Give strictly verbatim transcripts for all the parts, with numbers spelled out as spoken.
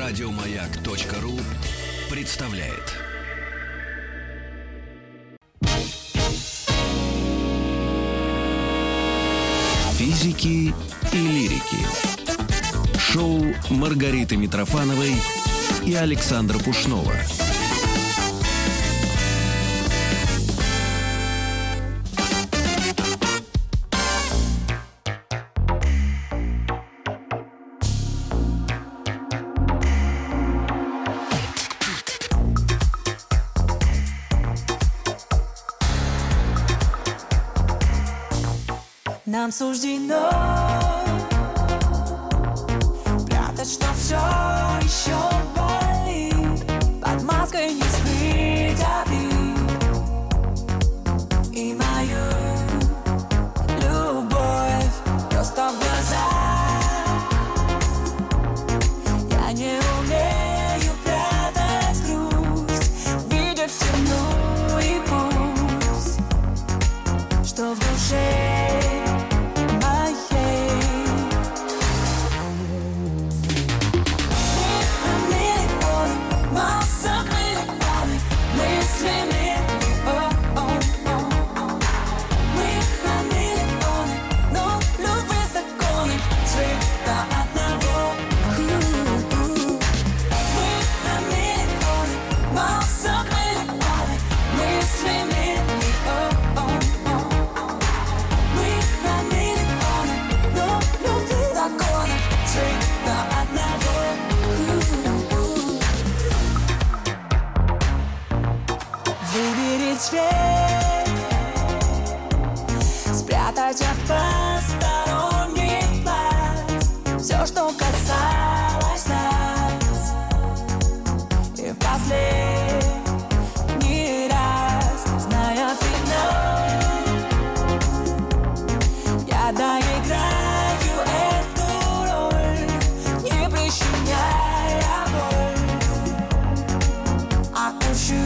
Радиомаяк.ру представляет. Физики и лирики. Шоу Маргариты Митрофановой и Александра Пушнова. Нам суждено прятать, что все еще болит, под маской не скрыть обид. И мою любовь просто в глазах. Я не умею прятать грусть, видя всему и пусть, что в душе спрятать от посторонних глаз все, что касалось нас. И в последний раз, зная финал, я доиграю эту роль, не причиняя боль. Отпущу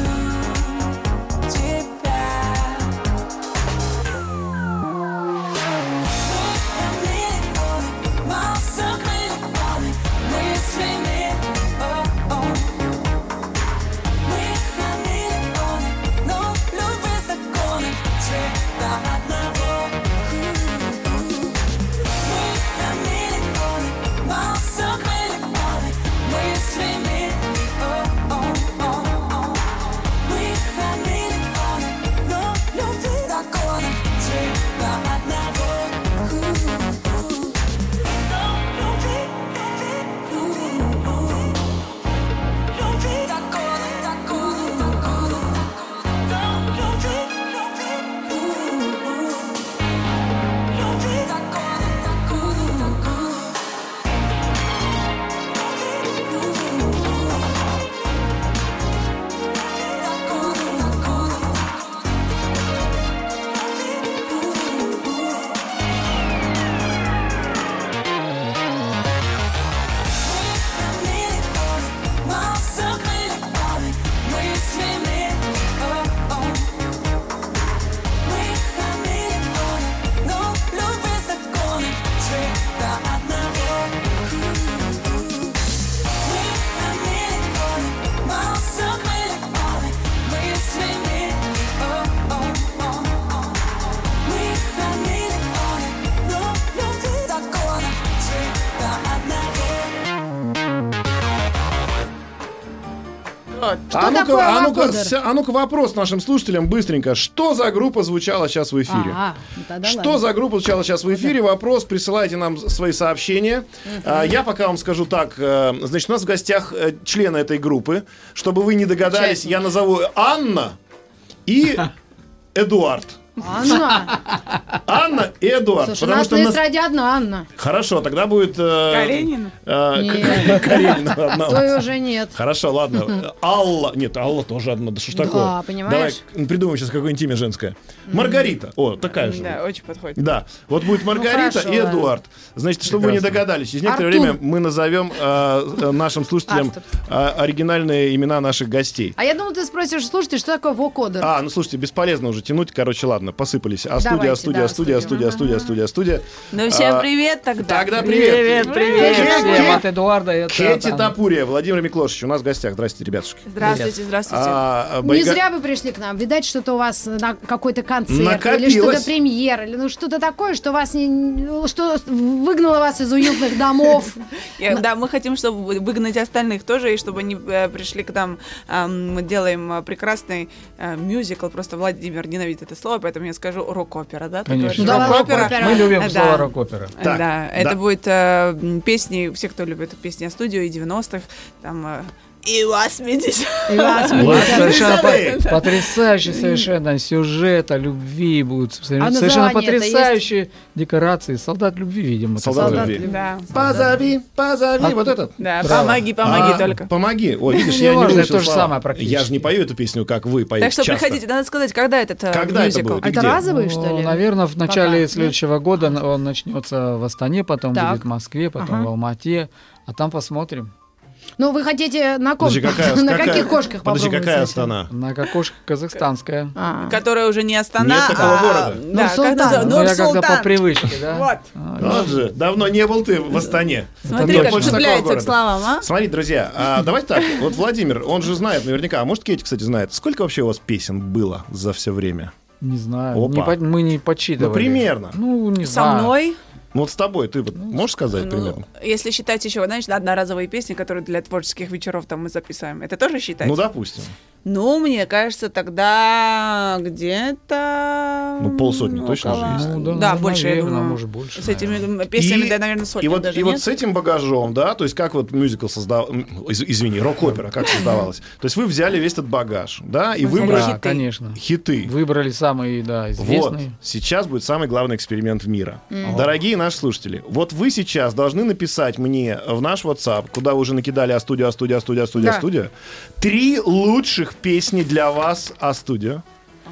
А ну-ка, а, ну-ка, а ну-ка вопрос нашим слушателям быстренько. Что за группа звучала сейчас в эфире? А, ну Что ладно. за группа звучала сейчас в эфире? Вопрос, присылайте нам свои сообщения. Uh-huh. а, я пока вам скажу так. А, значит, у нас в гостях а, члены этой группы. Чтобы вы не догадались, Честно. я назову Анна и Эдуард. Анна. Анна и Эдуард. Слушай, потому у нас что на эстраде нас... одна Анна. Хорошо, тогда будет... Э, Каренина? Э, нет. Каренина одна. Той уже нет. Хорошо, ладно. Алла. Нет, Алла тоже одна. Да что ж да, такое? Да, понимаешь? Давай придумаем сейчас какое-нибудь имя женское. Маргарита. О, такая же. Да, очень подходит. Да. Вот будет Маргарита ну, хорошо, и Эдуард. Значит, чтобы вы не догадались, через некоторое Артур. время мы назовем э, нашим слушателям э, оригинальные имена наших гостей. А я думал, ты спросишь, слушайте, что такое вокодер? А, ну слушайте, бесполезно уже тянуть. Короче, ладно. ладно, посыпались. А Давайте, студия, а студия, да, а студия, а студия, а студия, а студия, а студия. Ну, всем А, привет тогда. Тогда привет. Привет, привет Ке- всем Ке- от Эдуарда. Это Кетти там. Тапурия, Владимир Миклошевич у нас в гостях. Здравствуйте, ребятушки. Здравствуйте, здравствуйте. А, Не Байга- зря вы пришли к нам. Видать, что-то у вас на какой-то концерт или Накопилось. что-то премьера, или ну что-то такое, что вас не, что выгнало вас из уютных домов. Я- Да, мы хотим, чтобы выгнать остальных тоже, и чтобы они э, пришли к нам. А, Мы делаем э, прекрасный э, мюзикл. Просто Владимир ненавидит это слово, поэтому я скажу рок-опера, да? Ты Конечно. говоришь, Да, рок-опера. рок-опера. Мы любим Да. слово рок-опера. Так, Да, да. это будет э, м, песни, все, кто любит песни о студию и девяностых, там э, и восьмидесятых. И вас Ладно, мне- Совершенно Представляете? по- потрясающий совершенно сюжет о любви будут. Совершенно название-то потрясающие декорации. Солдат любви, видимо. Солдат такое. любви. Да, Позови, позови, А- вот этот. да, Браво. помоги, помоги А, только. Помоги. Ой, видишь, Не я не важно, выучил то же слова. самое практически. Я же не пою эту песню, как вы поете. Так что часто. приходите, надо сказать, когда этот э, Когда это мюзикл? будет? И Это где? разовый, что Ну, ли? наверное, в начале Пока. следующего года н- он начнется в Астане, потом Так. будет в Москве, потом Ага. в Алмате, а там посмотрим. Ну, вы хотите на ком? Подожди, какая, На какая- каких кошках Подожди, попробовать какая сначала? Астана? На кокошка казахстанская. А. Которая уже не Астана, Нет такого а... города. Да, как Нур-Султан. называется? Ну, я когда Нур-Султан. по привычке, да? Вот. А, Вот же, давно не был ты в Астане. Смотри, Нет, как больше такого цепляется к города. словам, а? Смотрите, друзья, а, давайте так. Вот Владимир, он же знает наверняка, а может, Кетти, кстати, знает. Сколько вообще у вас песен было за все время? Не знаю. Опа. Не по- мы не подсчитывали. Ну, примерно. Ну, не Со знаю. мной, Ну, вот с тобой, ты вот можешь сказать ну, примерно? если считать еще, знаешь, одноразовые песни, которые для творческих вечеров там мы записываем, это тоже считать? Ну, допустим. Ну, мне кажется, тогда где-то... Ну, полсотни точно же есть. Ну, Да, да, больше, я наверное, думаю. может, больше, С этими песнями, да, наверное, сотни и вот, даже и вот нет? с этим багажом, да, то есть как вот мюзикл создал, м, из- извини, рок-опера, как создавалась. То есть вы взяли весь этот багаж, да, и Мы взяли выбрали Да, хиты. конечно. хиты. Выбрали самые, да, Вот, известные. сейчас будет самый главный эксперимент мира. Дорогие наши слушатели, вот вы сейчас должны написать мне в наш WhatsApp, куда вы уже накидали А-студио, А-студио, А-студио, А-студио, Да. А-студио, три лучших песни для вас А-студио.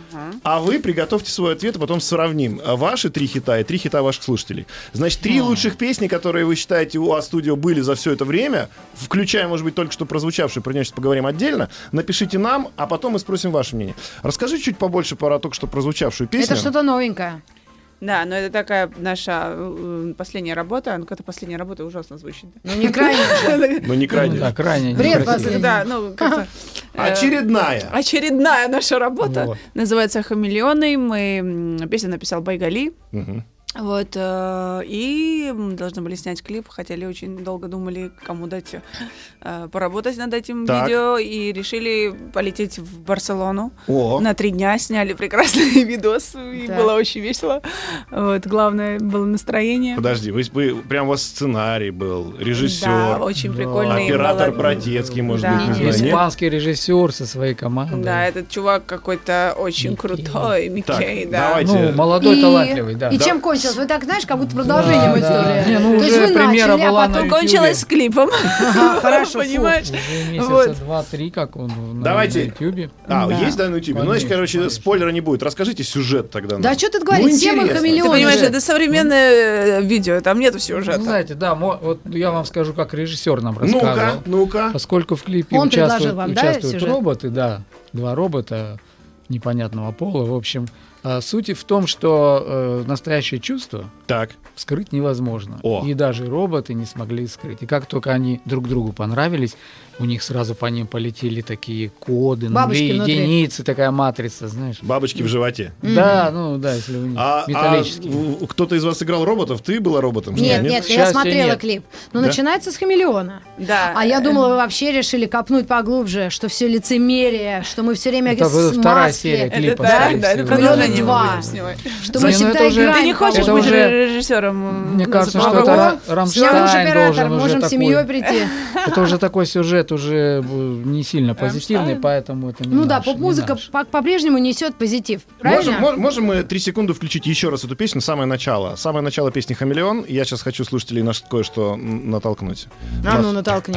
А вы приготовьте свой ответ, и потом сравним ваши три хита и три хита ваших слушателей. Значит, три лучших песни, которые вы считаете у А-студио были за все это время, включая, может быть, только что прозвучавшие, про них сейчас поговорим отдельно, напишите нам, а потом мы спросим ваше мнение. Расскажи чуть побольше про только что прозвучавшую песню. Это что-то новенькое. Да, но это такая наша э, последняя работа. Ну, какая-то последняя работа ужасно звучит. Ну, не крайне же. Ну, не крайне. Да, крайне Бред некрасиво. последний. Да, ну, как-то... э, Очередная. Очередная наша работа. Вот. Называется «Хамелеоны». Мы, м, песню написал Байгали. Мгм. Вот, э, и м, должны были снять клип, хотели очень долго думали, кому дать э, поработать над этим Так. видео, и решили полететь в Барселону. О, На три дня сняли прекрасный видос, и Так. было очень весело. Вот, главное было настроение. подожди, вы, вы- прям у вас сценарий был, режиссер, Да, очень Да. прикольный. оператор молод- Протецкий, может Да. быть, не знаю, нет? Испанский режиссер со своей командой. Да, этот чувак какой-то очень Микки. крутой, Миккей, Так, да. давайте. Ну, молодой, И- талантливый, да. И Да. чем кончилось? Вы так знаешь, как будто продолжением Да, да. истории. Не, ну, То есть уже вы премьера начали, а была потом- на Кончилось с клипом. Ага, хорошо, фу. Понимаешь? Уже месяца Вот. два-три, как он на, Давайте. на Ютьюбе. А, Да. есть, да, на YouTube? Ну, значит, Конечно, короче, конечно. спойлера не будет. Расскажите сюжет тогда. Да нам. что ты говоришь, Ну, все мы интересно. хамелеоны. Ты понимаешь, же. это современное э, видео, там нету Ну, сюжета. знаете, да, мо- вот я вам скажу, как режиссер нам Ну-ка, рассказывал. ну-ка. Поскольку в клипе Он предложил участвуют, вам, да, участвуют сюжет? роботы, да, два робота непонятного пола, в общем. А, суть в том, что э, настоящее чувство Так. скрыть невозможно. О. И даже роботы не смогли скрыть. И как только они друг другу понравились, у них сразу по ним полетели такие коды, Бабочки нули, внутри. единицы, такая матрица, знаешь. Бабочки в животе. Да, ну да, если у них А, а металлические. в- кто-то из вас играл роботов? Ты была роботом? что ли, Нет, нет, К я счастью, смотрела нет. клип. Но Да? начинается с хамелеона. Да. А я думала, вы вообще решили копнуть поглубже, что все лицемерие, что мы все время Это с вторая маски, серия Это клипа, да, скорее да, это всего. продолжение мы Два. будем снимать. что мы Не, ну всегда это уже- играем. Ты не хочешь Это быть уже- режиссером? Мне кажется, что Попробуй. это Ра- Я муж Рамштайн оператор, должен уже можем с семьей такой... прийти. Это уже такой сюжет уже э, не сильно позитивный, Рамштайн? поэтому это не Ну да, наш, не поп-музыка наш. по- по-прежнему несет позитив. Можем, Правильно? мо- можем мы три секунды включить еще раз эту песню, самое начало. Самое начало песни «Хамелеон». Я сейчас хочу слушателей на ш- кое-что м, натолкнуть. А ну, натолкни.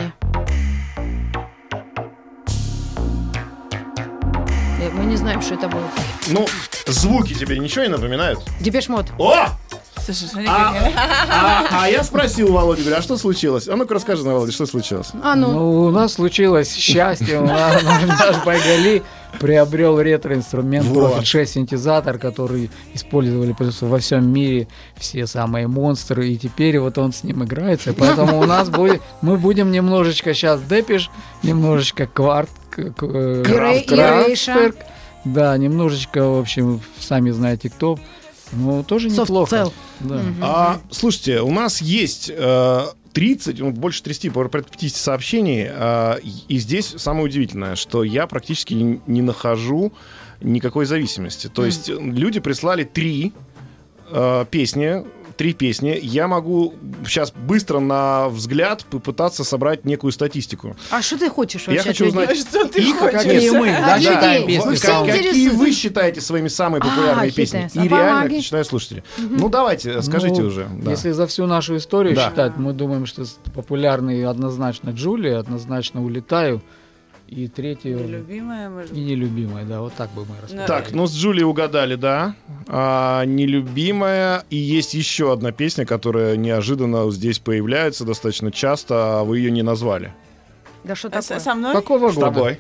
Нет, мы не знаем, что это будет. Ну, звуки тебе ничего не напоминают? Депеш Мод. О! Слушай, смотри, А, как я- а- а я спросил у Володи, говорю, а что случилось? А ну-ка расскажи, Володя, что случилось? А ну, Ну, у нас случилось счастье, у нас наш Байгали приобрел ретро-инструмент Вот. Prophet шесть синтезатор, который использовали просто во всем мире все самые монстры, и теперь вот он с ним играется, и поэтому у нас будет, мы будем немножечко сейчас Депиш, немножечко Кварт, к- к- э, Ирей- Крафтверк, Ирейша. да, немножечко, в общем, сами знаете кто, ну, тоже Soft неплохо. Cell. Да. А, слушайте, у нас есть э, тридцать, ну, больше тридцати, порядка пятидесяти сообщений, э, и здесь самое удивительное, что я практически не, не нахожу никакой зависимости. То есть э, люди прислали три э, песни, три песни. Я могу сейчас быстро на взгляд попытаться собрать некую статистику. а что ты хочешь вообще? Я от хочу людей? узнать, Что ты их- хочешь? Какие мы, да, От считаем людей. песни Вот Все самыми. как- какие интересует. вы считаете своими самыми популярными А, песнями? считается. И реально Помоги. начинают слушатели. Ну давайте, скажите Ну, уже. Да. Если за всю нашу историю Да. считать, мы думаем, что с- популярный однозначно Джулия, однозначно Улетаю, и третью Любимая, может и быть. нелюбимая, да, вот так бы мы рассказали. Так, ну с Джулией угадали, да. А, нелюбимая. И есть еще одна песня, которая неожиданно здесь появляется достаточно часто, а вы ее не назвали. Да что А с- такое? Со мной? Какого С года? тобой.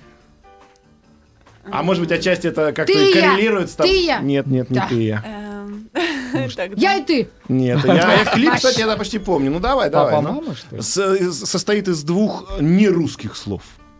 А может быть, отчасти это как-то Ты и я. коррелирует с тобой? Ты и я. Нет, нет, не Да. ты и я. Эм, тогда- Я и ты. Нет, я, я клип, кстати, я почти помню. Ну давай, давай. Папа, ну. мама, что ли? С- из- состоит из двух нерусских слов.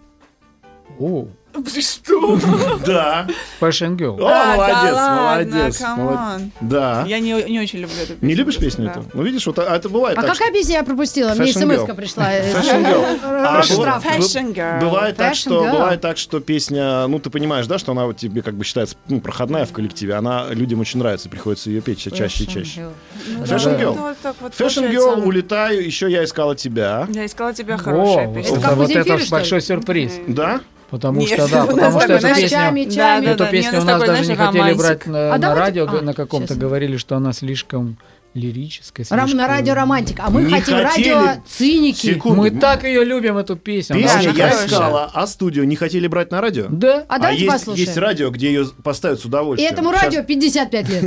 О, Что? Да. Fashion Girl. О, А, молодец, да ладно, молодец. come молод- on. Да. Я не, не очень люблю эту песню. Не любишь просто, песню да. эту? Ну, видишь, вот а это бывает А так, какая песня я пропустила? Мне Fashion смс-ка Girl. пришла. Fashion Girl. А, Штраф. быва- Fashion Girl. Бывает так, Fashion что Girl. бывает так, что песня, ну ты понимаешь, да, что она вот тебе как бы считается ну, проходная в коллективе, она людям очень нравится, приходится ее петь чаще и чаще. Ну, Fashion да, Girl. вот- вот так вот Fashion получается. Girl, улетаю, еще я искала тебя. Я искала тебя О, хорошая вот песня. Это как это, у вот Земфиры, это что ли? большой сюрприз. Да? Потому Нет, что, да, у нас потому что такой, эту знаешь, песню, Чами, Да, чами. да, эту да. песню Мне у нас такой, даже не знаешь, хотели романтик. брать на, А на давайте- радио, а, на каком-то сейчас. говорили, что она слишком лирическая. Рам- слишком- на радио романтик. А мы Не хотим хотели. радио циники. Секунду. Мы так ее любим, эту песню. она Песня очень я хорошая. искала, а студию не хотели брать на радио? Да. А давайте есть, послушаем. есть радио, где ее поставят с И удовольствием. этому Щас- радио пятьдесят пять лет.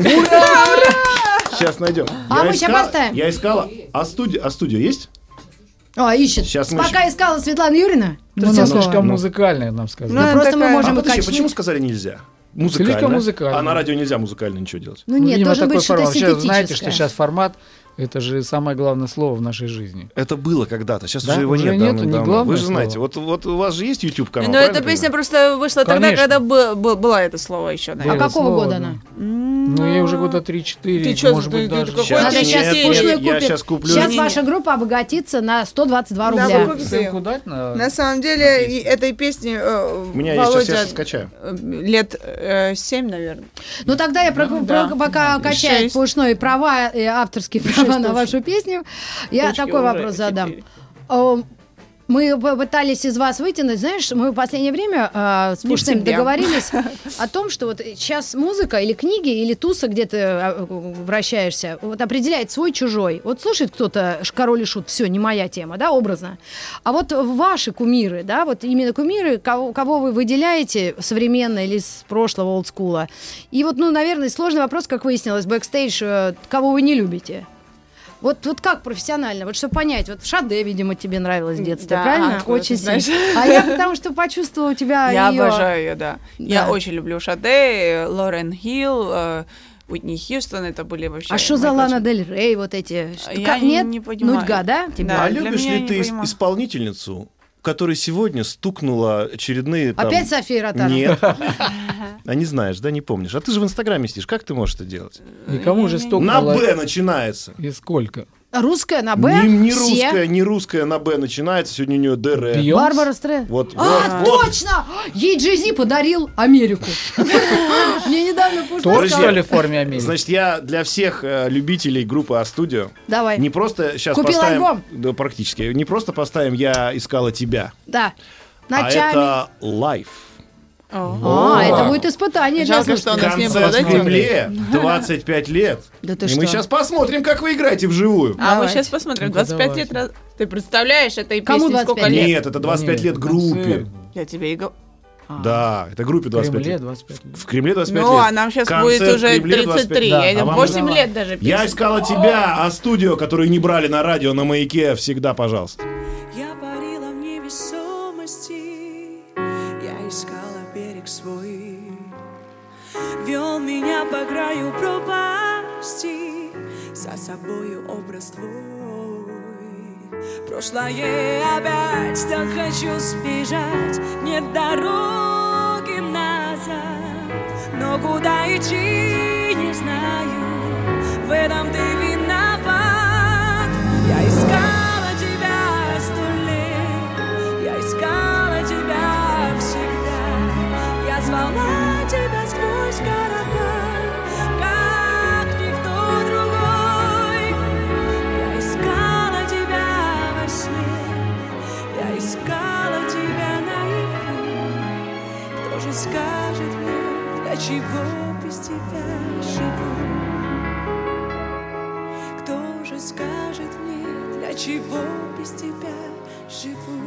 Сейчас найдем. А мы ща поставим. Я искала. А студию, а студию есть? О, ищет. Щас мы Пока щас- искала Светлана Юрьевна. Ну, она Трусякова. слишком музыкальная, нам сказали. Ну, она просто такая- мы А можем и подожди, качнуть. почему сказали нельзя? Музыкально. Слишком музыкально. А на радио нельзя музыкально ничего делать. Ну нет, видимо, должен такой быть что-то формат. Сейчас синтетическое. знаете, что сейчас формат — это же самое главное слово в нашей жизни. Это было когда-то, сейчас Да? уже его Уже нет. нету, давно- не давно. главное Вы же слово. знаете, вот, вот у вас же есть YouTube канал. Но эта песня просто вышла тогда, Конечно. когда бы- бы- была это слово еще, А наверное. Было какого слово, года да. она? Ну, ей уже года три-четыре, Ты чё, может ты- быть, ты даже. какой Щас, Надо нет, сейчас нет, пошлую нет, я купить. щас куплю. Сейчас Не-не-не. ваша группа обогатится на сто двадцать два Да, рубля. вы купите. Ссылку дать на... На самом деле, и этой песни э, У меня есть, Володя сейчас я скачаю. э, лет э, семь, наверное. Ну тогда я про, Ну, про- да. пока качаю Шесть. пушной права, и авторские права Шесть на точно. вашу песню, я Точки такой уже вопрос задам. четыре. О, Мы пытались из вас вытянуть, знаешь, мы в последнее время э, с Не Пушным всегда. договорились о том, что вот сейчас музыка или книги, или туса, где ты э, вращаешься, вот определяет свой-чужой. Вот слушает кто-то «Ш- «Король и Шут», все, не моя тема, да, образно. А вот ваши кумиры, да, вот именно кумиры, кого, кого вы выделяете современно или с прошлого олдскула. И вот, ну, наверное, сложный вопрос, как выяснилось, бэкстейдж, э, кого вы не любите. Вот, вот как профессионально, вот чтобы понять, вот в Шаде, видимо, тебе нравилось в детстве, Да, правильно? откуда Очень ты знаешь? сильно. А я потому что почувствовала у тебя Я её- обожаю ее, да. Я Да. очень люблю Шаде, Лорен Хилл, э, Уитни Хьюстон, это были вообще... А что за мои Лана точки. Дель Рей, вот эти? Что- Я как, не- нет? не понимаю. Нудьга, да? Тебя? Да, А для любишь меня ли не ты понимаю. исполнительницу, которая сегодня стукнула очередные... там- Опять София Ротару? Нет. А не знаешь, да, не помнишь. А ты же в Инстаграме сидишь, как ты можешь это делать? И кому же На стукнуло? Б начинается. И сколько? Русская на Б? Не, не Все. русская, не русская на Б начинается. Сегодня у нее ДР. Бьёнс? Барбара Стрэ. Вот, А, вот, вот. точно! Ей Джей-Зи подарил Америку. Мне недавно Пушной Тоже, сказал. что ли, в форме Америки? Значит, я для всех э, любителей группы А-студио Давай. не просто сейчас Купил поставим... альбом? Да, практически. Не просто поставим «Я искала тебя», Да. а Ночами. это «Live». А, это будет испытание для Жалко, что у слушателей. нас не было, Концерт да, в Тёмы? Кремле, двадцать пять лет. Да ты И что? мы сейчас посмотрим, как вы играете вживую. А мы Давайте. сейчас посмотрим. Ну-ка, двадцать пять лет... давайте. раз- Ты представляешь, этой Кому песне двадцать сколько пять? лет? Нет, это двадцать пять Нет, лет группе. концерт. Я тебе и говорю. А. Да, это группе В двадцать пять Кремле лет. двадцать пять лет. В Кремле двадцать пять Ну, лет. а нам сейчас Концерт будет уже в Кремле двадцать пять. тридцать три. Да, Я а вам восемь уже- лет даже Я песни. искала тебя, а студио, которую не брали на радио, на Маяке, всегда, пожалуйста. Я парила в невесомости, я искала берег свой, вел меня по краю пропасти, за собою образ твой. Прошлое опять, так хочу сбежать, нет дороги назад, но куда идти не знаю, в этом ты виноват. Я искала тебя сто лет, я искала тебя всегда, я звала тебя сквозь города, как никто другой. Я искала тебя во сне, я искала тебя наяву. Кто же скажет мне, для чего без тебя живу? Кто же скажет мне, для чего без тебя живу?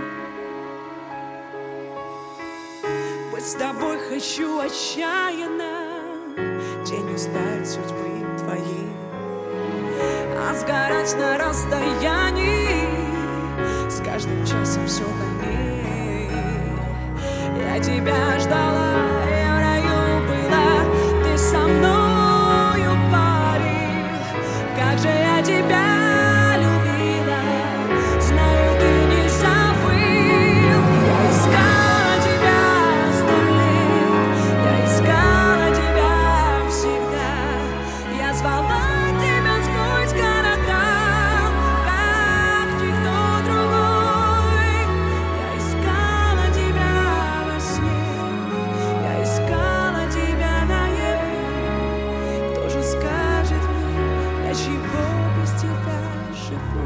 Быть с тобой хочу отчаянно, тенью стать судьбы твоей, а сгорать на расстоянии с каждым часом все больнее. Я тебя ждала, я в раю была, ты со мною парень. Как же я тебя любила, знаю, ты не забыл. Я искала тебя сто лет, я искала тебя всегда, я звала тебя сквозь города, как никто другой. Я искала тебя во сне, я искала тебя наяву. Кто же скажет мне, для чего без тебя живу?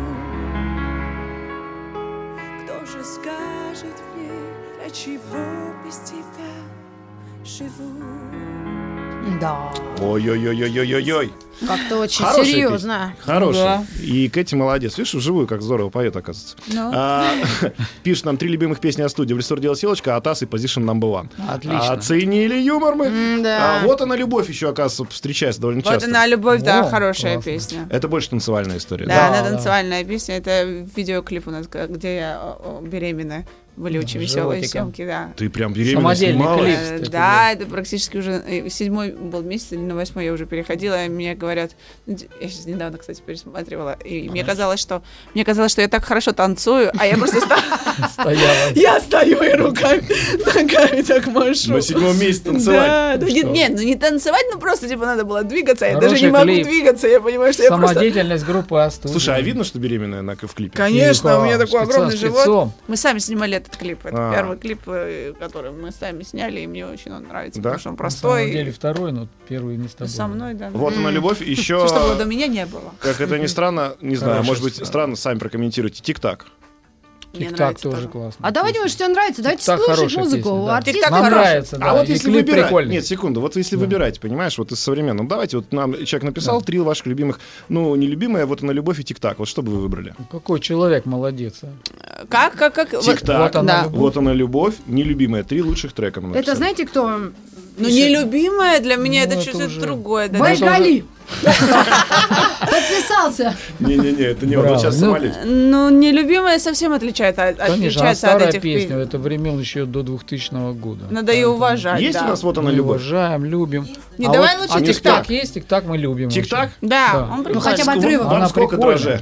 Кто же скажет мне, для чего без тебя живу? Да. Ой-ой-ой-ой-ой-ой. Как-то очень Хорошая серьезно. песня. Хорошая. Да. И Кэти молодец. Видишь, вживую как здорово поет, оказывается. Ну. А, пишет нам три любимых песни о студии. В ресторан дело селочка, Атас и Position Number One. Отлично. Оценили юмор мы. М-да. А, вот она любовь еще, оказывается, встречается довольно Вот часто. она, любовь, да, О, хорошая классно. песня. Это больше танцевальная история. Да, Да, она да. танцевальная песня. Это видеоклип у нас, г- где я о, о, беременная. Были очень с веселые животиком. съемки, да. Ты прям беременна Самодельный снималась? клип. Э, кстати, Да, это практически уже э, седьмой был месяц, или на восьмой я уже переходила, и мне говорят, я сейчас недавно, кстати, пересматривала, и мне казалось, что мне казалось, что я так хорошо танцую, а я просто ста- Стояла. я стою и руками, ногами так машу. На седьмом месяце танцевать. Да, ну, Что? нет, нет, ну не танцевать, ну просто типа надо было двигаться, я даже Хороший не могу клип. двигаться, я понимаю, что я просто... Самодеятельность группы Астудия. Слушай, а видно, что беременная на, в клипе? Конечно, у меня такой Спецом, огромный живот. спецом. Мы сами снимали этот клип. Это А. первый клип, э, который мы сами сняли, и мне очень он нравится, Да? потому что он На самом простой. деле второй, но первый не с тобой. Со мной, да. Вот она любовь. Еще, Что, чтобы до меня не было. как это ни странно, не знаю, Хорошая может быть, страна. странно, сами прокомментируйте. Тик-так. Мне Тик-так нравится тоже тоже. классно. А давайте, может, все нравится. Давайте Тик-так слушать хорошая музыку. песня, да. Артист Тик-так Нам хороший. нравится, да. А вот и если клип выбирать, прикольный. нет, секунду, вот если Да. выбирать, понимаешь, вот из современного, давайте, вот нам человек написал три ваших любимых, ну, не любимая, вот она любовь и тик-так, вот что бы вы выбрали? Какой человек молодец. а. Как, как, как? вот- Тик-так, Вот она да. любовь. вот она любовь, нелюбимая, три лучших трека нам Это написали. знаете, кто? Ну, нелюбимая для меня Ну, это это что-то уже- другое. Да, Бай- даже- Байгали. Подписался. Не-не-не, это не он, Браво. вот сейчас Ну, самолет. Ну, нелюбимая совсем отличается, от- Конечно, она отличается от старая этих песня, песен. это времен еще до двухтысячного года. Надо ее Поэтому уважать, Есть да. у нас вот она Мы любовь? уважаем, любим. Не, а давай вот, лучше а тик-так. тик-так есть, тик-так мы любим. Тик-так? Да, Да. он Ну, прикольный. хотя бы Вам- отрывок. Вам Она сколько прикольная. дрожжей?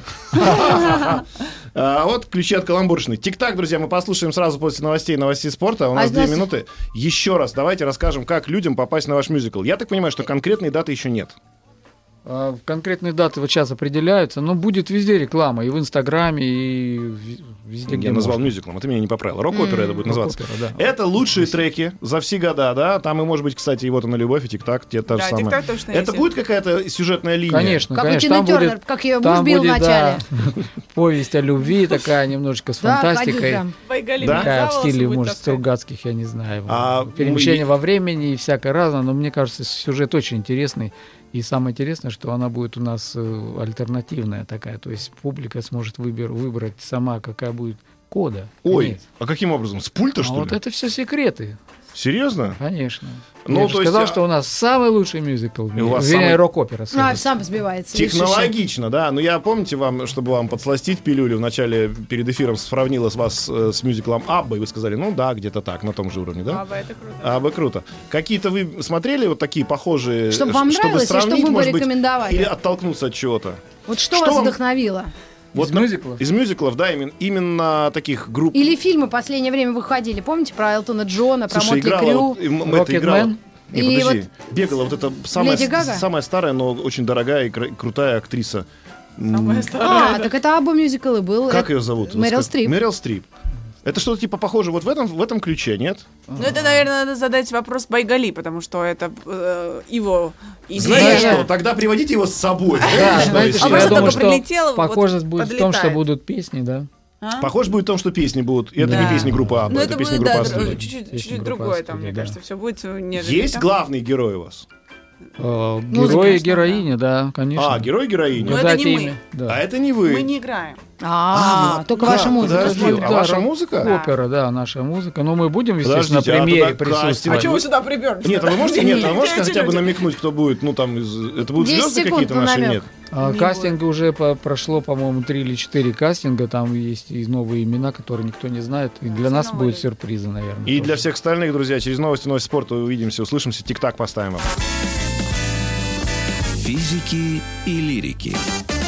А, Вот ключи от каламбуршины. Тик-так, друзья, мы послушаем сразу после новостей, новостей спорта. У нас А две нас- минуты. Еще раз давайте расскажем, как людям попасть на ваш мюзикл. Я так понимаю, что конкретной даты еще нет. А, конкретные даты вот сейчас определяются, но будет везде реклама, и в Инстаграме, и ви- везде, где Я назвал можно. мюзиклом, а ты меня не поправил. Рок-опера это будет называться. Рок-опера, да. Это лучшие треки за все года, да? Там и, может быть, кстати, и вот она любовь, и тик-так, те та же Да, самая. тик-так точно Это есть. будет какая-то сюжетная линия? Конечно, Как у конечно. Тины там Тернер, будет, как ее муж там бил будет, вначале. да, повесть о любви такая немножечко с Да, ходил фантастикой. прям. Байгали Да? меня Такая за в волосы стиле, будет может, таскать. Стругацких, я не знаю. А Перемещение мы- во времени и всякое разное, но мне кажется, сюжет очень интересный. И самое интересное, что она будет у нас э, альтернативная такая, то есть публика сможет выбер, выбрать сама, какая будет кода. Ой, Конец. а каким образом? С пульта, А что вот ли? это все секреты, Серьезно? конечно. Ну, Я же то есть, сказал, а- что у нас самый лучший мюзикл, в И у вас мире. Вернее, самый- рок-опера. А, сам сбивается. видишь, еще. Технологично, да. Но я, помните, вам, чтобы вам подсластить пилюлю, в начале перед эфиром сравнила с вас э, с мюзиклом «Абба», и вы сказали, ну да, где-то так, на том же уровне, да? Аба, это круто. «Абба» круто. Какие-то вы смотрели вот такие похожие? Чтобы ш- вам нравилось и сравнить, чтобы вы может быть, порекомендовали. или оттолкнуться от чего-то? Вот что, Что вас вам- вдохновило? Из на- мюзиклов? Из мюзиклов, да, именно, именно таких групп. Или фильмы в последнее время выходили. Помните про Элтона Джона, про Слушай, Мотли играла, Крю? вот, им- это Rocket играла. Man? Не, И подожди. Бегала вот эта самая, Леди Гага? с- самая старая, но очень дорогая и кра- крутая актриса. М, Самая А, старая. так это Абба мюзикл и был. Как Это ее зовут? Мэрил Вот скажи. Стрип. Мэрил Стрип. Это что-то типа похоже вот в этом, в этом ключе, нет? Ну, это, наверное, надо задать вопрос Байгали, потому что это э, его идея. Знаете Да. что? Тогда приводите его с собой. Да, Знаете, знаете, что что А я просто думаю, только что прилетел, вот похожесть будет в том, что подлетает. будут песни, да? А? Похоже будет в том, что песни будут. И это Да. не песни группы Абба, Ну, это, это песни будет, группы да, Астудия. др- чуть-чуть, Песни чуть-чуть группы другое Астудия, там, мне да. кажется, все будет не Есть главный герой у вас? Э, Музыка, Герои и конечно, героини, да, конечно. А, герой-героиня. Ну, Ну, это дайте не мы. имя, да. А это не вы. Мы не играем. А, вы- только как? ваша музыка. Подожди, звучит. а Да, ваша рок- музыка? Опера, да, наша музыка. Но мы будем, естественно, Подождите, а на премьере туда присутствовать. кастинг? А чего вы сюда приперлись? Нет, а вы можете, нет, а вы можете Эти хотя бы люди. намекнуть, кто будет, ну там, из- это будут десять звезды секунд какие-то на наши, намек. нет? А, Не кастинг уже по- прошло, по-моему, три или четыре кастинга. Там есть и новые имена, которые никто не знает. И для нас новые. будет сюрпризы, наверное. И тоже. для всех остальных, друзья, через новости, новости спорта увидимся, услышимся, тик-так поставим вам. Физики и лирики.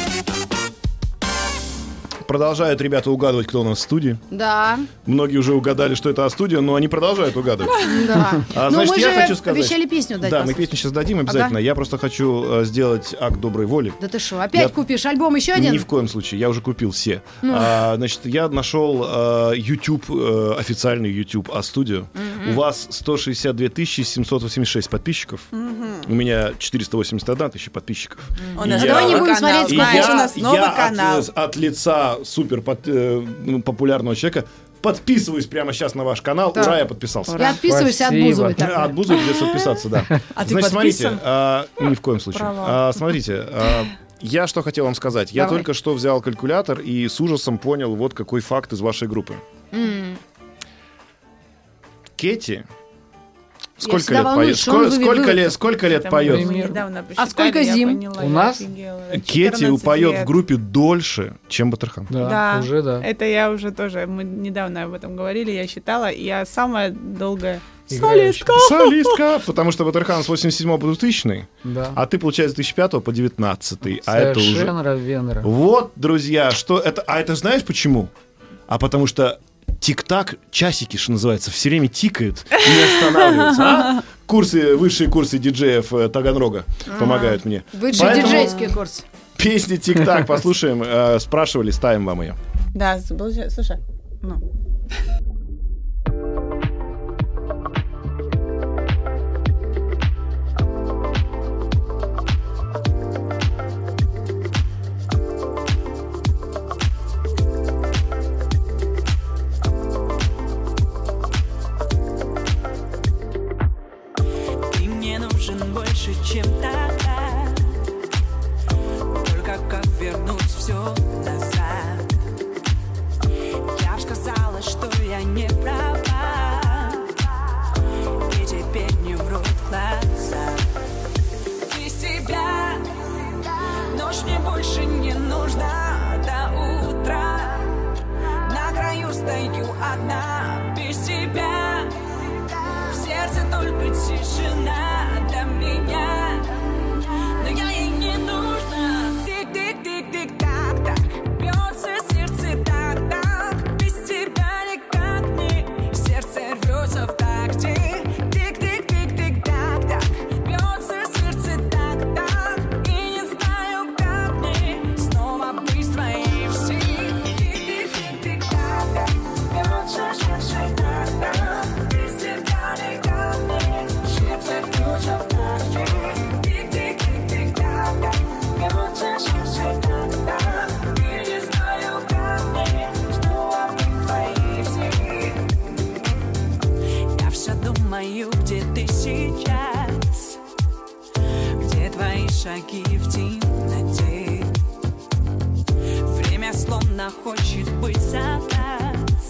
Продолжают ребята угадывать, кто у нас в студии. Да, Многие уже угадали, что это А-студия, но они продолжают угадывать. да. А, Ну, значит, мы я же хочу сказать... обещали песню дать Да, мы послушать. песню сейчас дадим обязательно. Ага. Я просто хочу э, сделать акт доброй воли. Да ты что, опять Я- купишь альбом еще один? Ни в коем случае, я уже купил все. Ну. А, значит, я нашел э, YouTube, э, официальный YouTube А-студию. У вас сто шестьдесят две тысячи семьсот восемьдесят шесть подписчиков. У меня четыреста восемьдесят одна тысяча подписчиков. У И нас я- Давай не новый будем канал, смотреть, И знаешь, сколько у я, нас новый я канал. От, от лица супер под- э, ну, популярного человека подписываюсь прямо сейчас на ваш канал. Так. Ура, я подписался. Я отписываюсь от Спасибо. Бузовой. А, тогда. От Бузовой придется подписаться, да. А ты Значит, смотрите, подписан? а, ни в коем случае. Провал. А, смотрите, а, я что хотел вам сказать. Я Давай. только что взял калькулятор и с ужасом понял вот какой факт из вашей группы. М. Кетти сколько всегда лет волнуюсь, поет? что он Сколько, выведет сколько вывод. лет, сколько лет Это мы поет? Пример. недавно А посчитали, сколько я зим? поняла, У я нас? офигела. Кетти четырнадцать поет лет. в группе дольше, чем Баттерхан. Да, Да, уже да. это я уже тоже, мы недавно об этом говорили, я считала, я самая долгая Играющая. солистка. Солистка, потому что Баттерхан с восемьдесят седьмого по двухтысячный, Да. а ты, получается, с две тысячи пятого по девятнадцатый. А это уже... Совершенно Венера. Вот, друзья, что это... А это знаешь почему? А потому что тик-так, часики, что называется, все время тикают и не останавливаются. А? Курсы, высшие курсы диджеев э, Таганрога помогают мне. Высший Поэтому диджейский курс. Песни тик-так послушаем. э, Спрашивали, ставим вам ее. Да, с- получается, слушай, ну. Ты мне нужен больше, чем тогда. Только как вернуть все назад? Я ж сказала, что я не права, и теперь не врут глаза. Без тебя ночь мне больше не нужна до утра. На краю стою одна, без тебя в сердце только тишина для меня. Но я ей не нужна. Тик-тик-тик-тик-так-так, бьется сердце так-так. Без тебя никак не, сердце рвется в такте. Тик-тик-тик-тик-так-так, бьется сердце так-так. И не знаю, как мне снова быть твоей всей. Тик-тик-тик-тик-так-так, бьется сердце так-так. Без тебя никак не, сердце рвется в такте. Тик-тик-тик-тик-так-так, бьется сердце так-так. И не знаю, как мне снова быть твоей всей. Я все думаю, где ты сейчас, где твои шаги в темноте. Время словно хочет быть за нас,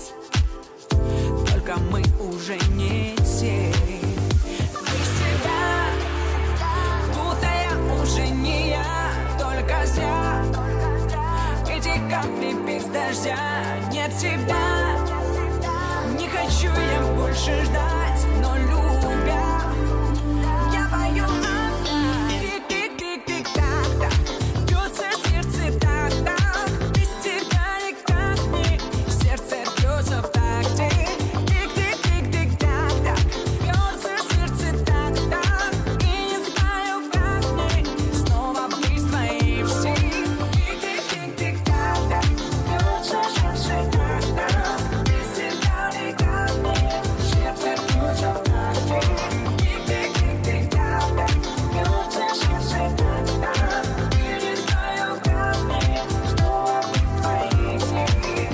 мы уже не те. Без тебя, будто я уже не я, только зря. Эти капли без дождя, нет тебя. Не хочу я больше ждать, но любя, я пою одна. Тик-тик-тик-тик-так-так, бьется сердце так-так. Без тебя никак не, сердце бьется в такте. Тик-тик-тик-тик-так-так, бьется сердце так-так. И не знаю, как мне снова быть твоей всей. Тик-тик-тик-тик-так-так, бьется сердце так-так. Без тебя никак не, сердце бьется в такте. Тик-тик-тик-тик-так-так, бьется сердце так-так. И не знаю, как мне снова быть твоей всей.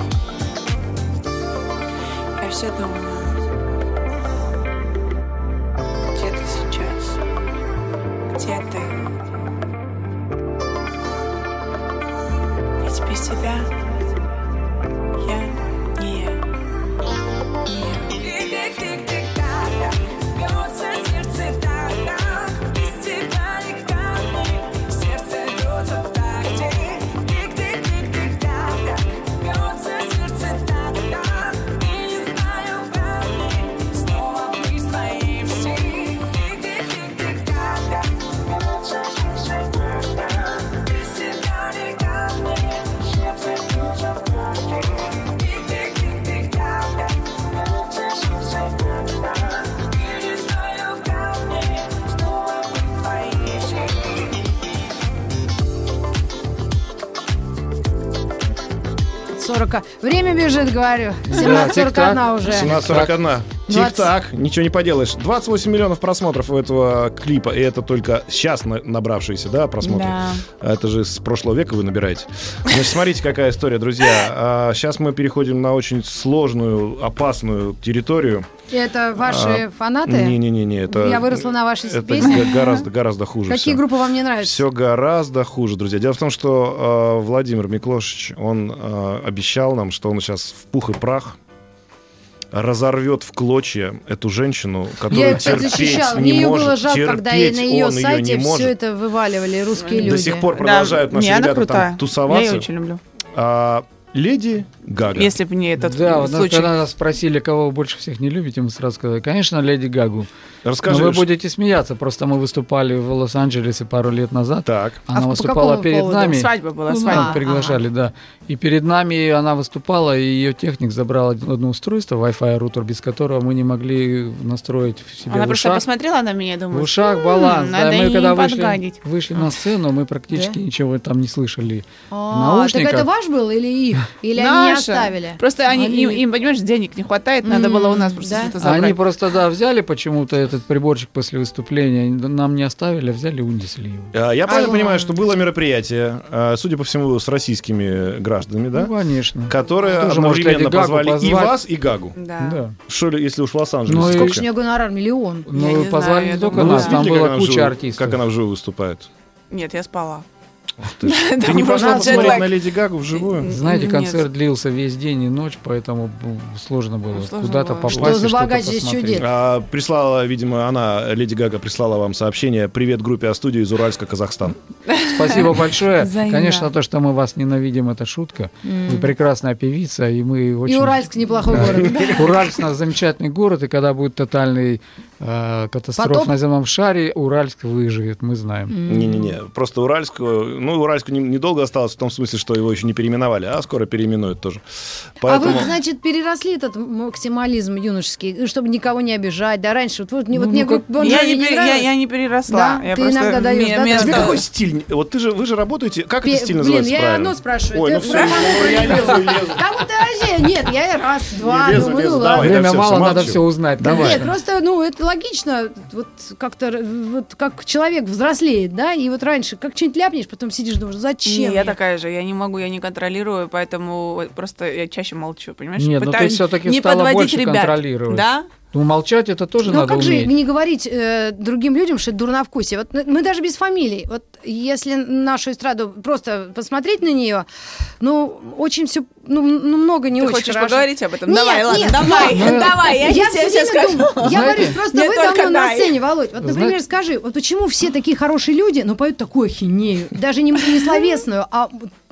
Я все думаю, где ты сейчас, где ты? Ведь без тебя я не я, не я. Тик-тик-тик-тик-так-так, бьется сердце так-так. Без тебя никак не, сердце бьется в такте. Тик-тик-тик-тик-так-так, бьется сердце так-так. И не знаю, как мне снова быть твоей всей. Тик-тик-тик-тик-так-так, бьется сердце так-так. Без тебя никак не, сердце бьется в такте. Тик-тик-тик-тик-так-так, бьется сердце так-так. И не знаю, как мне снова быть твоей всей. сорок. Время бежит, говорю. семнадцать сорок один уже. семнадцать сорок один. двадцать. Тик-так, ничего не поделаешь. двадцать восемь миллионов просмотров у этого клипа, и это только сейчас на- набравшиеся, да, просмотры? Да. Это же с прошлого века вы набираете. Значит, смотрите, какая история, друзья. А, сейчас мы переходим на очень сложную, опасную территорию. Это ваши А, фанаты? Не-не-не, это... Я выросла на вашей это песне. г- гораздо, гораздо хуже. Какие всё. группы вам не нравятся? Все гораздо хуже, друзья. Дело в том, что э, Владимир Миклошич, он э, обещал нам, что он сейчас в пух и прах разорвет в клочья эту женщину, Я которую ее, кстати, терпеть защищала. не Мне ее может. было жалко, когда и терпеть на ее он сайте не все может. это вываливали русские люди. До сих пор продолжают Да, наши не, она ребята крутая. там тусоваться. Я ее очень люблю. А, Леди Гага. Если бы не этот Да, вот нас, случай. когда нас спросили, кого вы больше всех не любите, мы сразу сказали, конечно, Леди Гагу. Расскажи. Но вы что- будете смеяться, просто мы выступали в Лос-Анджелесе пару лет назад. Так. Она А по выступала какому перед поводу? нами. Свадьба была, Ну, свадьба. нам приглашали, да. И перед нами она выступала, и ее техник забрал одно устройство, Wi-Fi рутер, без которого мы не могли настроить в себе Она в просто ушах. посмотрела на меня и В думает, ушах «М, баланс. Да, надо мы ей когда вышли, подгадить». вышли на сцену, мы практически Да? ничего там не слышали. А, так наушников. это ваш был или их? Или они не Наша. оставили? Просто они, Они- им, им, понимаешь, денег не хватает, надо было у нас просто да? что-то забрать. Они просто, да, взяли почему-то этот приборчик после выступления, нам не оставили, а взяли и унесли его. А, Я правильно Ага. понимаю, что было мероприятие, а, судя по всему, с российскими гражданами, да? Ну, конечно. Которые Тоже, может, одновременно Леди Гагу позвали и позвать. вас, и Гагу. Да. Да. Что ли, если уж в Лос-Анджелес? Ну и- сколько? Сколько ж у нее гонорар? Миллион. Ну, не позвали знаю, не я только думаю, Ну, нас, вы там видели, была как она куча вживую- артистов. Как она вживую выступает? Нет, я спала. Ты, ты не может, пошла посмотреть джетлаг. на Леди Гагу вживую? Знаете, Нет. концерт длился весь день и ночь, поэтому ну, сложно было Сложно куда-то было. попасть. Что и за что-то богач здесь посмотреть. чудит? А, прислала, видимо, она, Леди Гага, прислала вам сообщение. Привет группе А-студии из Уральска, Казахстан. Спасибо большое. Взаимно. Конечно, то, что мы вас ненавидим, это шутка. Вы прекрасная певица, и мы очень... И Уральск неплохой Да. город. Уральск у нас замечательный город, и когда будет тотальный э, катастроф Потоп? на земном шаре, Уральск выживет, мы знаем. Не-не-не, просто Уральску, ну, Уральску не- недолго осталось в том смысле, что его еще не переименовали, а скоро переименуют тоже. А Поэтому... вы, значит, переросли этот максимализм юношеский, чтобы никого не обижать, да, раньше, вот, вот, мне- вот Ну, мне ну, группа как- Бон Я Джови не, не пере- я, нравилась. я не переросла. Да? Я Ты просто иногда даёшь, ме- да, место- Тебе да. какой стиль? Вот ты же, вы же работаете, как Пе- это стиль Блин, называется я правильно? одно спрашиваю. Ой, ты ну все, про- я лезу, лезу. Кому ты вообще? Нет, я раз, два, лезу, думаю, лезу, ну давай. ладно. Время всё, мало, всё, надо молчу. все узнать. Давай. Нет, просто, ну, это логично, вот как-то, вот как человек взрослеет, да, и вот раньше, как что-нибудь ляпнешь, потом сидишь, думаешь, зачем? Не, я мне? такая же, я не могу, я не контролирую, поэтому просто я чаще молчу, понимаешь? Нет, ну ты Пытаюсь всё-таки не стала подводить больше ребят. контролировать. Да? Ну, молчать это тоже Ну, а надо как уметь. же не говорить э, другим людям, что это дурновкусие? Вот мы даже без фамилий. Вот если нашу эстраду просто посмотреть на нее, ну, очень все, ну, ну, много не Ты очень хочешь хорошо. поговорить об этом? Нет, давай, ладно, нет, давай, ну, давай, я, Я тебе все сейчас время скажу. думаю, я Знаете, говорю, просто мне вы только давно на дай. сцене, Володь. Вот, например, Знаете- скажи, вот почему все такие хорошие люди, но поют такую ахинею? Даже не, не словесную, а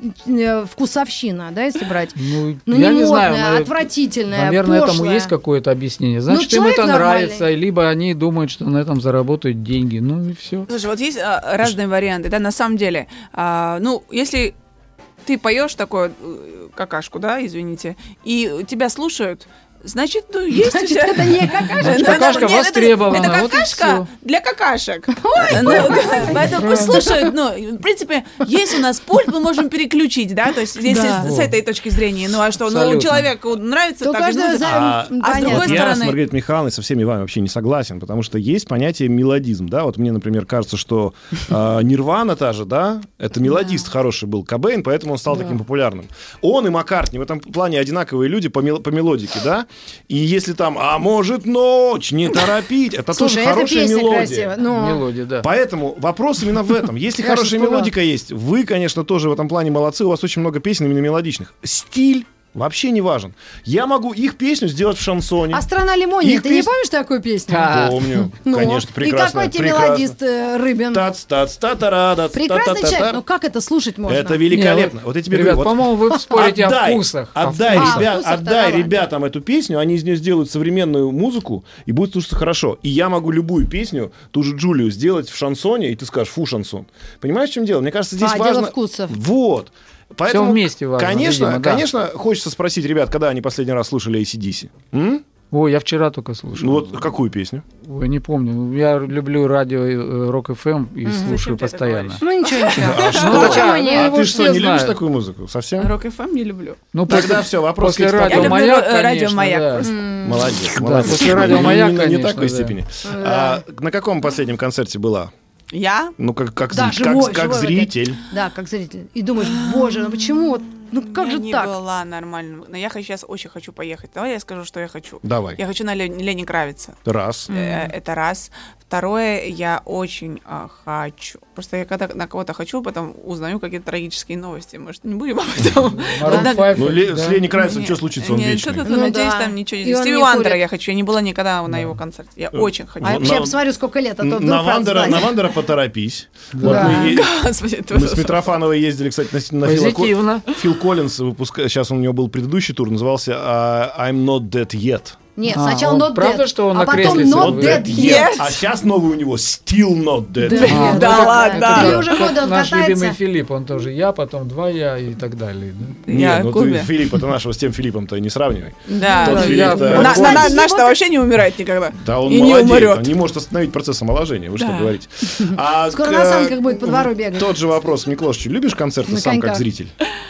э, вкусовщина, да, если брать? Ну, Ну, я не не знаю, модная, но- отвратительная, Наверное, этому пошлая. есть какое-то объяснение. Значит, им человек это нормальный. нравится, либо они думают, что на этом заработают деньги. Ну и все. Слушай, вот есть а, разные варианты, да, на самом деле. А, ну, если ты поешь такую э, какашку, да, извините, и тебя слушают, значит, ну, есть у Значит, тебя... это не какашка. Значит, Ну, какашка нет, это- востребована, Это вот и какашка всё. для какашек. Ну, Поэтому пусть слушают. Ну, в принципе, есть у нас пульт, мы можем переключить, да, то есть если Да. с с этой точки зрения. Ну, а что, ну, Абсолютно. человеку нравится То так и каждый будет. за- А- м, а с другой понятно. Я стороны- с Маргаритой Михайловной со всеми вами вообще не согласен, потому что есть понятие мелодизм, да, вот мне, например, кажется, что э, Нирвана та же, да, это мелодист хороший был Кобейн, поэтому он стал таким популярным. Он и Маккартни в этом плане одинаковые люди по, мел- по мелодике, да, и если там, а может ночь, не торопить, это Слушай, тоже это хорошая песня мелодия. красивая. Ну, Мелодия, да. Поэтому вопрос именно в этом. Если Я хорошая же сказала. мелодика есть, вы, конечно, тоже в этом плане молодцы, у вас очень много песен именно мелодичных. Стиль вообще не важен. Я могу их песню сделать в шансоне. а «Страна лимонии», Их ты не пес- помнишь такую песню? Да. Помню, Ну, конечно, прекрасно. И какой тебе мелодист э, Рыбин? Тац, тац, та-та-ра, Прекрасный та-та-та-та. человек, но как это слушать можно? Это великолепно. Не, Вот я тебе Ребят, говорю, вот по-моему, вы спорите отдай, о вкусах. О Отдай, вкусах. ребят, А, о вкусах-то отдай давай. ребятам эту песню, они из нее сделают современную музыку и будет слушаться хорошо. И я могу любую песню, ту же Джулию, сделать в шансоне, и ты скажешь, фу, шансон. Понимаешь, в чем дело? Мне кажется, здесь А, важно... дело вкусов. Вот. Поэтому, вместе важно, Конечно, видимо, да. конечно, хочется спросить ребят, когда они последний раз слушали эй си ди си? М? Ой, я вчера только слушал. Ну вот какую песню? Ой, не помню. Я люблю радио э, Рок эф эм и Зачем слушаю ты это постоянно. говоришь? Ну ничего, ничего. Ну, Ну, так, почему а, нет? А его ты все что, не любишь знают. такую музыку? Совсем? Рок эф эм не люблю. Ну, Тогда после, все, вопрос после к эксперту. радио Я люблю «Маяк», ра- радио конечно, «Маяк» да. просто. Молодец, Да, молодец. после радио Не- «Маяк», не, не конечно, такой да. степени. А, на каком последнем концерте была? Я? Ну, как, как, Да, зри- живой, как, как живой вот зритель. Да, как зритель. И думаешь, боже, ну почему вот, ну как я же не так? была нормально. Но я сейчас очень хочу поехать. Давай я скажу, что я хочу. Давай. Я хочу на Ле- Лени Кравица. Раз. Э, Это раз. Второе, я очень а, хочу. Просто я когда на кого-то хочу, потом узнаю какие-то трагические новости. Может, не будем об этом? Maroon Да. пять, Ну, Ле- да. с Леней Кравицем Не- что случится, он не, вечный. что-то, Ну надеюсь, да. там ничего И не... он Стиви не Уандера курит. я хочу. Я не была никогда на его концерте. Я очень хочу. А Ну, вообще, на- посмотрю, сколько лет, а то вдруг На Вандера, правда на знать. Вандера поторопись. Вот Да. мы, е- Господи, это мы с ужас. Митрофановой ездили, кстати, на, на Фила Ко- Позитивно. Фил Коллинз выпуска... Сейчас у него был предыдущий тур, назывался а, I'm Not Dead Yet. Нет, А, сначала он not правда, dead, что он а на потом кресле not сидел? dead Yes. yet. А сейчас новый у него Still Not Dead. Да, Да, да, ладно, да. да. И уже Как года он наш любимый катается. Филипп, он тоже я, потом два я и так далее. да. Я Нет, ну в клубе. ты Филипп, это нашего с тем Филиппом-то не сравнивай. Да. Тот Да, Филипп-то- я- На- на- на- Кстати, Наш-то вот- вообще не умирает никогда. Да, он И не молодеет, умрет. он не может остановить процесс омоложения. Вы что Да. говорите? А Скоро к- на санках будет по двору бегать. Тот же вопрос, Миклош, любишь концерты На сам как коньках. зритель?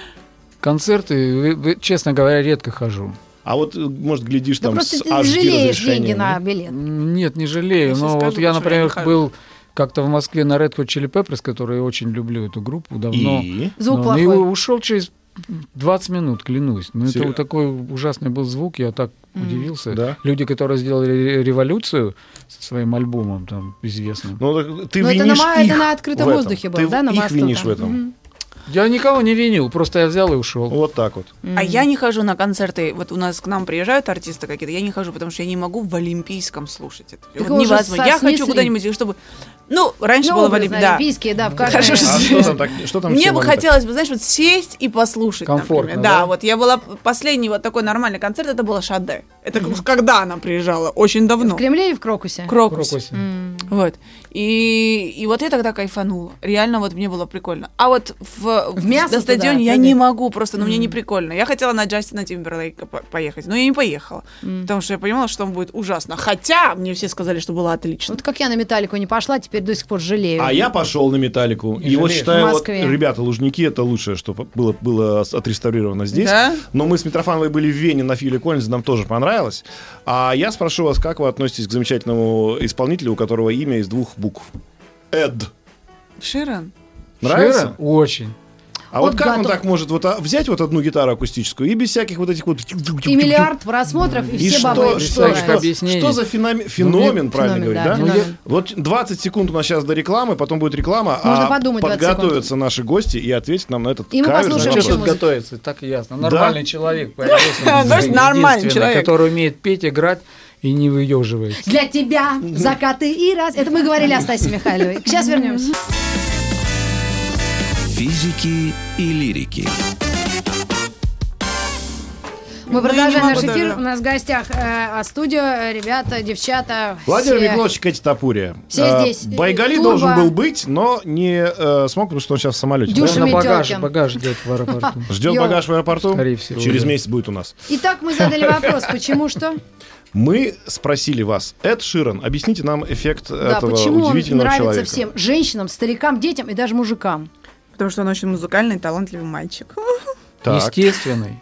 Концерты, вы- вы, честно говоря, редко хожу. А вот, э, может, глядишь Да там просто с ты эйч ди жалеешь разрешением, деньги да? на билет. М, Нет, не жалею. Я Но сейчас вот скажу, я, почему я не например, хожу. был как-то в Москве на Red Hot Chili Peppers, который я очень люблю эту группу давно. И? Звук Ну, плохой. И ушел через двадцать минут, клянусь. Ну, это Серьезно? вот такой ужасный был звук, я так удивился. Да? Люди, которые сделали ре- революцию со своим альбомом там известным. Ну, так ты Ну, это винишь на ма- их это на открытом в этом. воздухе было, Ты да, на их мосту винишь там? в этом. Мгм. Я никого не винил, просто я взял и ушел. Вот так вот. А я не хожу на концерты. Вот у нас к нам приезжают артисты какие-то. Я не хожу, потому что я не могу в Олимпийском слушать это. Так Вот уже невозможно. Я снесли. хочу куда-нибудь, чтобы... Ну, раньше Ну, было в образно, Олимпии, да. олимпийские, да, в Хорошо, каждой... что А что там, так, что там Мне всем бы они так- хотелось бы, знаешь, вот сесть и послушать, Комфортно, например. да? Да, вот я была последний вот такой нормальный концерт, это была Шаде. Это когда она приезжала? Очень давно. В Кремле или в Крокусе? Крокус. Крокусе. М. Вот. И, и вот я тогда кайфанула. Реально вот мне было прикольно. А вот в, В мясо на стадионе туда, я да, не да. могу, просто, ну, мне не прикольно. Я хотела на Джастина Тимберлейка по- поехать, но я не поехала. Потому что я понимала, что он будет ужасно. Хотя мне все сказали, что было отлично. Вот как я на Металлику не пошла, теперь до сих пор жалею. А я пошел на Металлику. Не И вот жалеешь? считаю, В вот, Москве. ребята, Лужники, это лучшее, что было, было отреставрировано здесь. Да? Но мы с Митрофановой были в Вене на Филе Коллинзе, нам тоже понравилось. А я спрошу вас, как вы относитесь к замечательному исполнителю, у которого имя из двух букв? Эд. Ширан? Нравится? Шира? Очень. А вот, Вот как он готов. так может вот а, взять вот одну гитару акустическую и без всяких вот этих вот... И миллиард просмотров, и, И все что, бабы. что, всяких что, объяснений. что за феномен, феномен правильно феномен, говорить, да, да? феномен. Вот двадцать секунд у нас сейчас до рекламы, потом будет реклама, Можно а подумать двадцать подготовятся наши гости и ответят нам на этот И мы каверзный послушаем Что вопрос. еще тут музыку. готовится? Так ясно. Нормальный человек появился. Знаешь, нормальный Единственный, человек. который умеет петь, играть и не выеживается. Для тебя закаты и раз. Это мы говорили о Стасе Михайловой. Сейчас вернемся. Физики и лирики. Мы Ну, продолжаем я не наш могу эфир. даже. У нас в гостях э, студия, ребята, девчата. Владимир все. Михайлович Катя Тапурия. Все А, здесь. Байгали Турбо. должен был быть, но не э, смог, потому что он сейчас в самолете. Дюша да? На багаж, Метелкин. багаж ждет в аэропорту. Ждет Йоу. багаж в аэропорту? Скорее всего, Через да. месяц будет у нас. Итак, мы задали вопрос, почему что? Мы спросили вас, Эд Ширан, объясните нам эффект Да, этого почему он удивительного нравится человека. всем женщинам, старикам, детям и даже мужикам? Потому что он очень музыкальный, талантливый мальчик. Так. Естественный.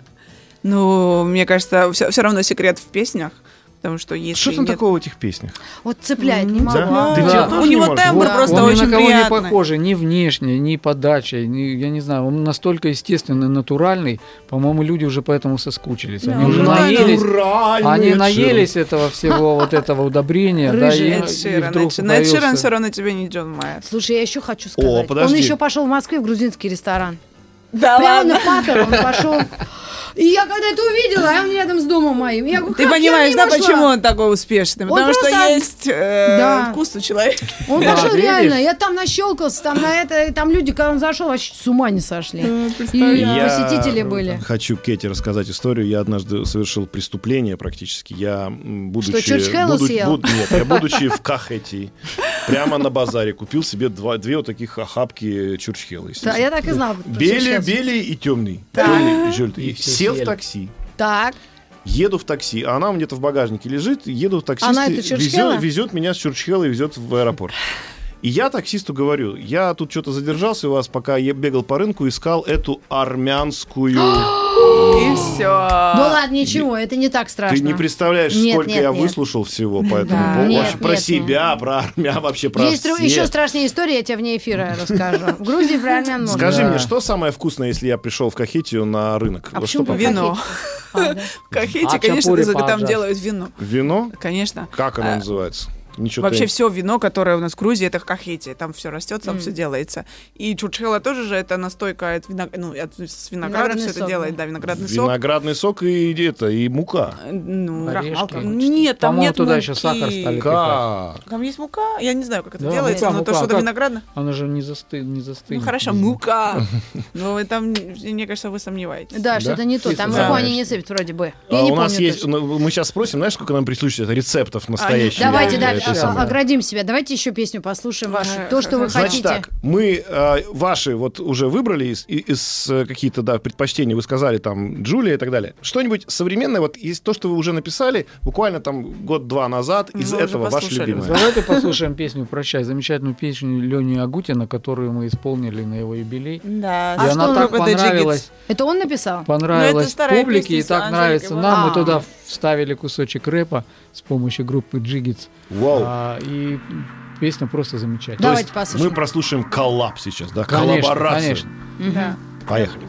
Ну, мне кажется, все, все равно секрет в песнях. Потому что если Что там нет- такого в этих песнях? Вот цепляет, не могу. Да? а. Ты Да. тебя У тоже не него можешь? тембр Да. просто он ни очень на кого приятный. не похожий, ни внешне, ни подачей, ни, я не знаю, он настолько естественный, натуральный. По-моему, люди уже поэтому соскучились. Они Да, уже ну, наелись, Натуральный они Эд наелись этого всего вот этого удобрения, да, Рыжий и, Эд и Ширан, вдруг Эд Ширан. Но Эд Ширан появился- все равно тебе не Джон Майер. Слушай, я еще хочу сказать. подожди. Он еще пошел в Москве в грузинский ресторан. Да Прямо на Паттер он пошел. И я когда это увидела, а он рядом с домом моим. Я говорю, Ты как я понимаешь, мимо да, шла? почему он такой успешный? Он Потому что просто- есть э, Да. вкус у человека. Он Да, пошел видишь? реально, я там нащелкался, там на это, и там люди, когда он зашел, вообще с ума не сошли. И Я посетители были. Хочу Кете рассказать историю. Я однажды совершил преступление практически. Я, м, будучи... Что, Чурчхеллу буду- съел? буд- Нет, я, будучи в Кахете, прямо на базаре, купил себе два, две вот таких охапки чурчхелла. Да, естественно. я так и знала. Белый, белый и темный. Так. Темный и желтый. И И все сел в съели. такси. Так, Еду в такси, а она где-то в багажнике лежит, еду в такси, Она это Чурчхелла? везет, везет меня с Чурчхелла и везет в аэропорт. И я таксисту говорю, я тут что-то задержался у вас, пока я бегал по рынку, искал эту армянскую... И все. ну ладно, ничего, это не так страшно. Ты не представляешь, Нет, сколько нет, я нет. выслушал всего по этому Да, поводу. нет, Вообще про нет, себя, про армян, вообще про Есть всех. еще страшнее история, я тебе вне эфира расскажу. В Грузии про армян можно. Скажи Да. мне, что самое вкусное, если я пришел в Кахетию на рынок? А Вот почему что про попробовать? Вино. А, да. В Кахете, А конечно, чапури ты- там пожалуйста. делают вино. Вино? Конечно. Как оно А, называется? Ничего Вообще ты- все вино, которое у нас в Грузии, это в Кахете. Там все растет, там все делается. И чурчхелла тоже же это настойка от виног- ну, от- с винограда Виноградный все это сок, делает, да. да, виноградный сок. Виноградный сок и это, и мука. Ну, Орешки. рахмалка. Нет, там По-моему, нет туда муки. еще сахар стали. Как? Там есть мука. Я не знаю, как это Да, делается, мука, но то мука. что-то Как? виноградное. Она же не, засты... не застынет. Ну хорошо, мука. Но там, мне кажется, вы сомневаетесь. Да, что-то не то. Ты Там знаешь. муку они не сыпят вроде бы. А Я не у нас помню есть, точно. ну, мы сейчас спросим, знаешь, сколько нам прислушивается рецептов настоящих? Давайте, э, да, этой а- самой. оградим себя. Давайте еще песню послушаем вашу. Ага, То, что вы хорошо. Значит хотите. так, мы э, ваши вот уже выбрали из, и- из э, какие-то, да, предпочтения, вы сказали там Джулия и так далее. Что-нибудь современное, вот из то, что вы уже написали, буквально там год-два назад, из Мы уже этого ваше послушали. любимое. Давайте послушаем песню «Прощай», замечательную песню Лени Агутина, которую мы исполнили на его юбилей. Да. А и что она он- так Группа The понравилась, Это он написал? понравилась старая публике, песня и с так Анжеликой нравится Вон. нам. Мы А. туда вставили кусочек рэпа с помощью группы Джиггитс. Вау. А, и песня просто замечательная. То Давайте есть послушаем. мы прослушаем коллаб сейчас, да, Конечно, коллаборацию. конечно. Да. Поехали.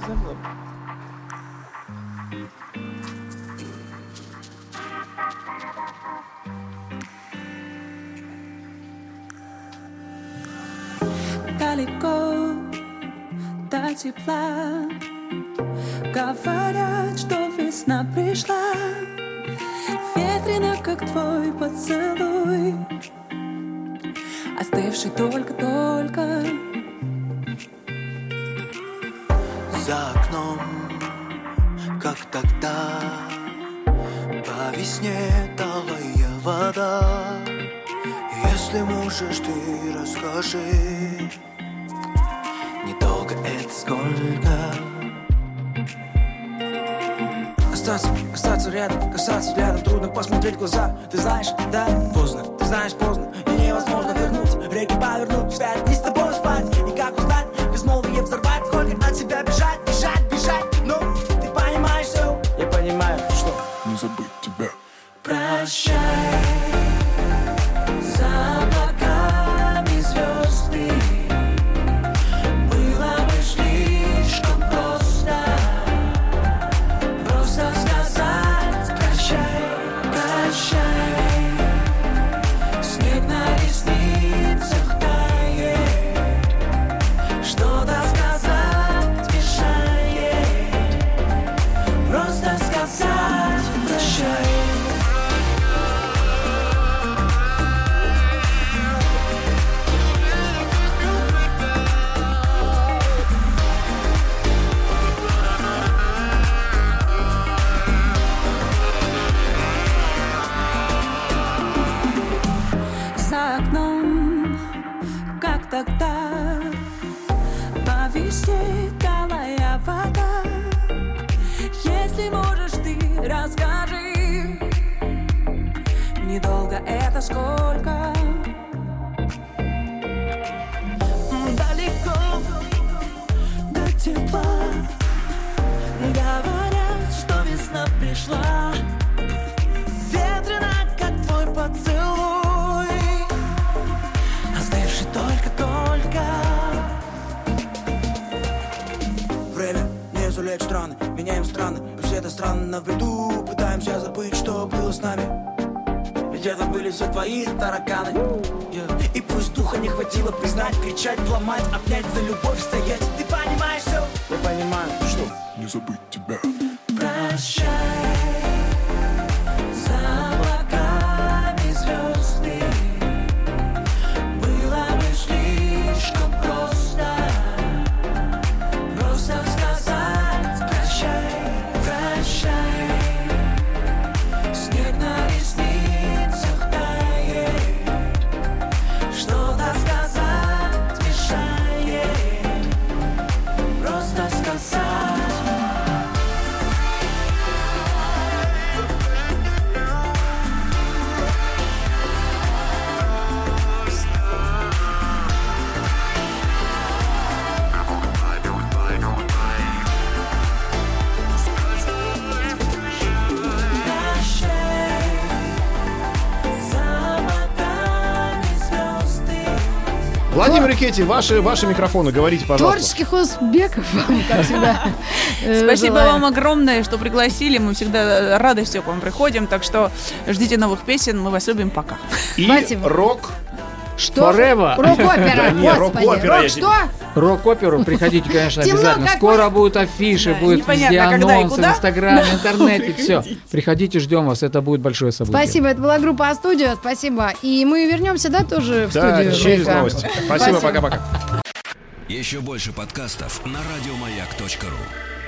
Далеко до тепла говорят, что весна пришла. Ветрено, как твой поцелуй, остывший только-только. За окном, как тогда, по весне талая вода. Если можешь, ты расскажи, недолго это сколько. Остаться, остаться рядом, касаться взглядом, трудно посмотреть в глаза. Ты знаешь, да, поздно, ты знаешь, поздно, и невозможно вернуть. Реки повернуть, встать, не с тобой спать. И как узнать, безмолвие взорвать, сколько от себя бежать, бежать, бежать. Но ты понимаешь все, я понимаю, что Не забыть тебя. прощай. За облаками звезды было бы шли. это сколько? Далеко до тепла. Говорят, что весна пришла. Ветрена, как твой поцелуй, остывший только-только. Время не сулит страны, меняем страны. Все это странно в бреду, пытаемся забыть, что было с нами. Ведь это были все твои тараканы. Yeah. И пусть духа не хватило признать, кричать, ломать, обнять, за любовь стоять. Ты понимаешь все? Я понимаю, что Не забыть тебя. Прощай, за облаками звезды. Было бы слишком просто, просто сказать прощай, прощай. Снег на ресницах тает, что-то сказать мешает, просто сказать. Владимир Рикетти, ваши, ваши микрофоны, говорите, пожалуйста. Творческих успехов вам, как всегда. э, Спасибо желаю. вам огромное, что пригласили. Мы всегда радостью к вам приходим. Так что ждите новых песен. Мы вас любим. Пока. И Спасибо. рок. Что? Forever. Рок-опера, Да не, господи. рок-опера, я Рок что? Рок-оперу приходите, конечно, Темно обязательно. какой. Скоро будут афиши, Да, будет непонятно, везде когда и анонсы в куда. Инстаграме, интернете, все. Приходите, ждем вас, это будет большое событие. Спасибо, это была группа А-студио, спасибо. И мы вернемся, да, тоже в Да, студию? через Маяка? новости. Спасибо, пока-пока. Еще больше подкастов на радиомаяк точка ру.